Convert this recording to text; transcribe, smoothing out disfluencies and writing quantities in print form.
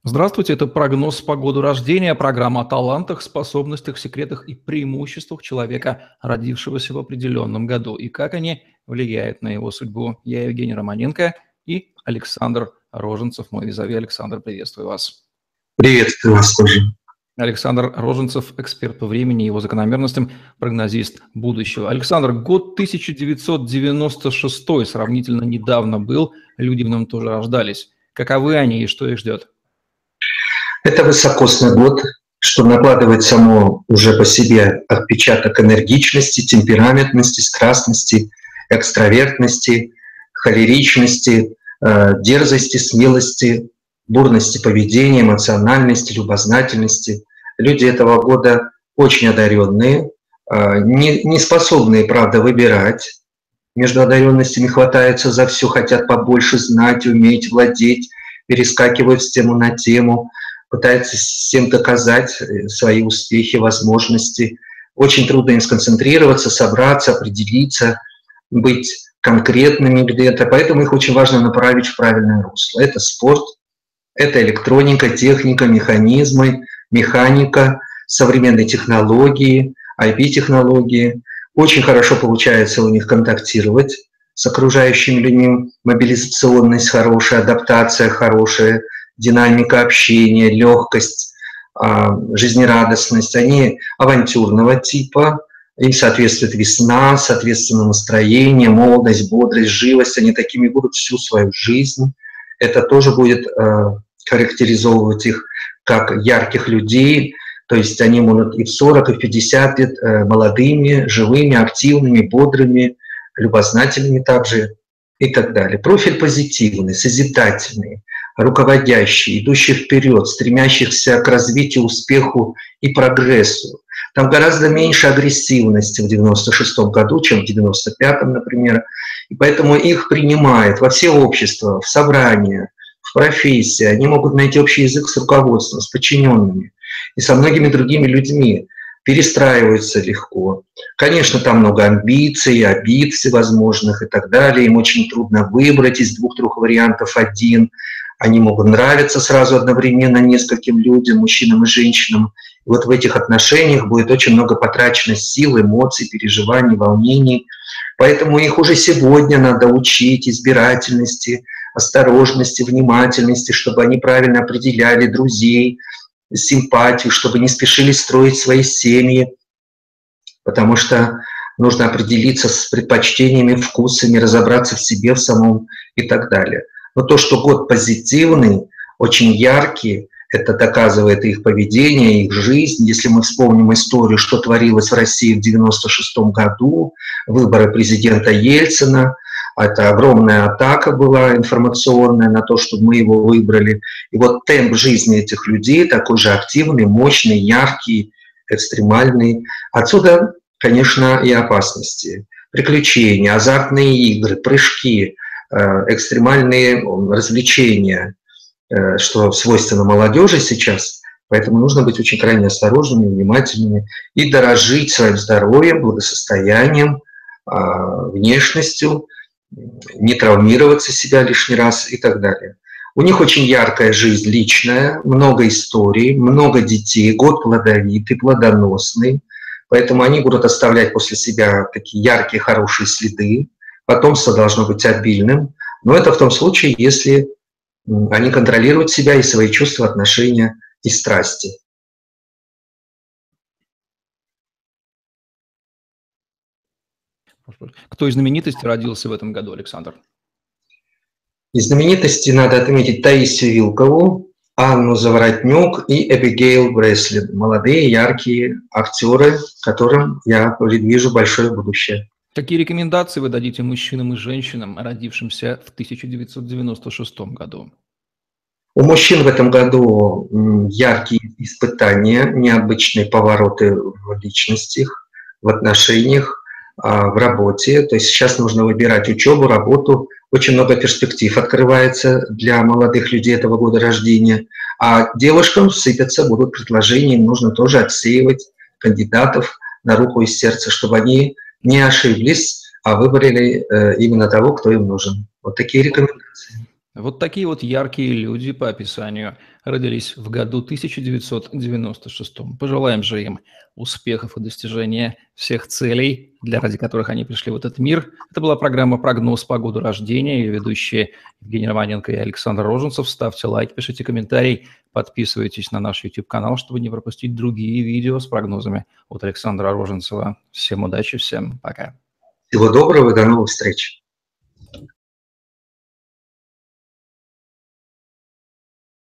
Здравствуйте, это прогноз по году рождения, программа о талантах, способностях, секретах и преимуществах человека, родившегося в определенном году, и как они влияют на его судьбу. Я Евгений Романенко и Александр Роженцев, мой визави. Александр, приветствую вас. Приветствую вас тоже. Александр Роженцев, эксперт по времени и его закономерностям, прогнозист будущего. Александр, год 1996 сравнительно недавно был, люди в нем тоже рождались. Каковы они и что их ждет? Это высокосный год, что накладывает само уже по себе отпечаток энергичности, темпераментности, страстности, экстравертности, холеричности, дерзости, смелости, бурности поведения, эмоциональности, любознательности. Люди этого года очень одаренные, не способные, правда, выбирать. Между одаренностями хватаются за все, хотят побольше знать, уметь, владеть, перескакивают с темы на тему, пытаются всем доказать свои успехи, возможности. Очень трудно им сконцентрироваться, собраться, определиться, быть конкретными где-то. Поэтому их очень важно направить в правильное русло. Это спорт, это электроника, техника, механизмы, механика, современные технологии, IP-технологии. Очень хорошо получается у них контактировать с окружающими людьми, мобилизационность хорошая, адаптация хорошая, динамика общения, легкость, жизнерадостность. Они авантюрного типа, им соответствует весна, соответственно настроение, молодость, бодрость, живость. Они такими будут всю свою жизнь. Это тоже будет характеризовывать их как ярких людей. То есть они могут и в 40, и в 50 лет молодыми, живыми, активными, бодрыми, любознательными также и так далее. Профиль позитивный, созидательный, руководящий, идущий вперед, стремящихся к развитию, успеху и прогрессу. Там гораздо меньше агрессивности в 96-м году, чем в 95-м, например. И поэтому их принимают во все общества, в собрания, в профессии. Они могут найти общий язык с руководством, с подчиненными и со многими другими людьми. Перестраиваются легко. Конечно, там много амбиций, обид всевозможных и так далее. Им очень трудно выбрать из 2-3 вариантов один. Они могут нравиться сразу одновременно нескольким людям, мужчинам и женщинам. И вот в этих отношениях будет очень много потрачено сил, эмоций, переживаний, волнений. Поэтому их уже сегодня надо учить избирательности, осторожности, внимательности, чтобы они правильно определяли друзей, симпатию, чтобы не спешили строить свои семьи, потому что нужно определиться с предпочтениями, вкусами, разобраться в себе в самом и так далее. Но то, что год позитивный, очень яркий, это доказывает их поведение, их жизнь. Если мы вспомним историю, что творилось в России в 1996 году, выборы президента Ельцина, это огромная атака была информационная на то, чтобы мы его выбрали. И вот темп жизни этих людей такой же активный, мощный, яркий, экстремальный. Отсюда, конечно, и опасности. Приключения, азартные игры, прыжки, экстремальные развлечения, что свойственно молодежи сейчас. Поэтому нужно быть очень крайне осторожными, внимательными и дорожить своим здоровьем, благосостоянием, внешностью, не травмироваться себя лишний раз и так далее. У них очень яркая жизнь личная, много историй, много детей, год плодовитый, плодоносный. Поэтому они будут оставлять после себя такие яркие, хорошие следы. Потомство должно быть обильным. Но это в том случае, если они контролируют себя и свои чувства, отношения и страсти. Кто из знаменитостей родился в этом году, Александр? Из знаменитостей надо отметить Таисию Вилкову, Анну Заворотнюк и Эбигейл Бреслин. Молодые, яркие актеры, которым я предвижу большое будущее. Какие рекомендации вы дадите мужчинам и женщинам, родившимся в 1996 году? У мужчин в этом году яркие испытания, необычные повороты в личностях, в отношениях, в работе. То есть сейчас нужно выбирать учебу, работу. Очень много перспектив открывается для молодых людей этого года рождения. А девушкам сыпятся, будут предложения, им нужно тоже отсеивать кандидатов на руку и сердце, чтобы они не ошиблись, а выбрали именно того, кто им нужен. Вот такие рекомендации. Вот такие вот яркие люди по описанию родились в году 1996. Пожелаем же им успехов и достижения всех целей, ради которых они пришли в этот мир. Это была программа «Прогноз по году рождения». Ее ведущие Евгений Романенко и Александр Роженцев. Ставьте лайк, пишите комментарий, подписывайтесь на наш YouTube-канал, чтобы не пропустить другие видео с прогнозами от Александра Роженцева. Всем удачи, всем пока. Всего доброго, до новых встреч.